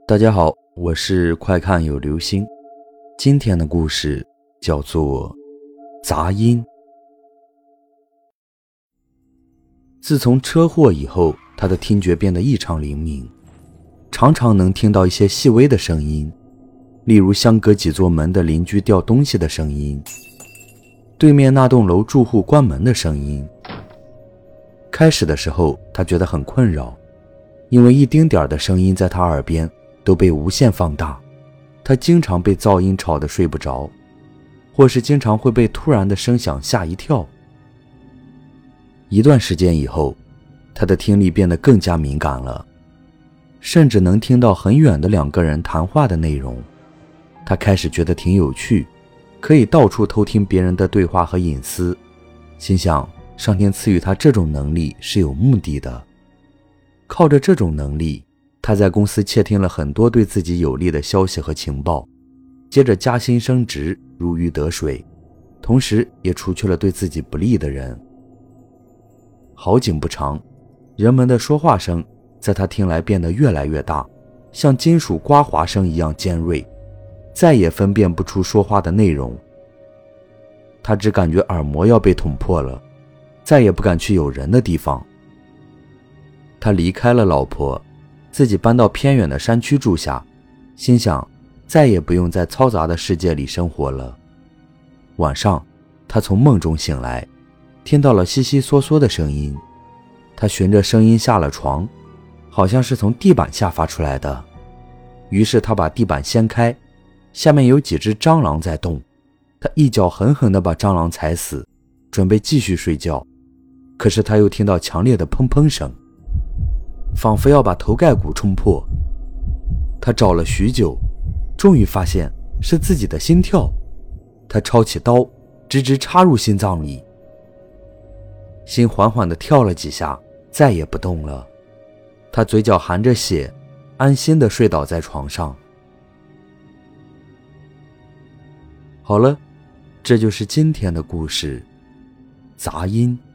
大家好，我是快看有流星。今天的故事叫做杂音。自从车祸以后，他的听觉变得异常灵敏，常常能听到一些细微的声音，例如相隔几座门的邻居掉东西的声音，对面那栋楼住户关门的声音。开始的时候他觉得很困扰，因为一丁点的声音在他耳边都被无限放大，他经常被噪音吵得睡不着，或是经常会被突然的声响吓一跳。一段时间以后，他的听力变得更加敏感了，甚至能听到很远的两个人谈话的内容。他开始觉得挺有趣，可以到处偷听别人的对话和隐私，心想上天赐予他这种能力是有目的的。靠着这种能力，他在公司窃听了很多对自己有利的消息和情报，接着加薪升职，如鱼得水，同时也除去了对自己不利的人。好景不长，人们的说话声在他听来变得越来越大，像金属刮划声一样尖锐，再也分辨不出说话的内容。他只感觉耳膜要被捅破了，再也不敢去有人的地方。他离开了老婆，自己搬到偏远的山区住下，心想再也不用在嘈杂的世界里生活了。晚上，他从梦中醒来，听到了悉悉嗦嗦的声音。他循着声音下了床，好像是从地板下发出来的。于是他把地板掀开，下面有几只蟑螂在动。他一脚狠狠地把蟑螂踩死，准备继续睡觉。可是他又听到强烈的砰砰声，仿佛要把头盖骨冲破。他找了许久，终于发现是自己的心跳。他抄起刀，直直插入心脏里。心缓缓地跳了几下，再也不动了。他嘴角含着血，安心地睡倒在床上。好了，这就是今天的故事，杂音。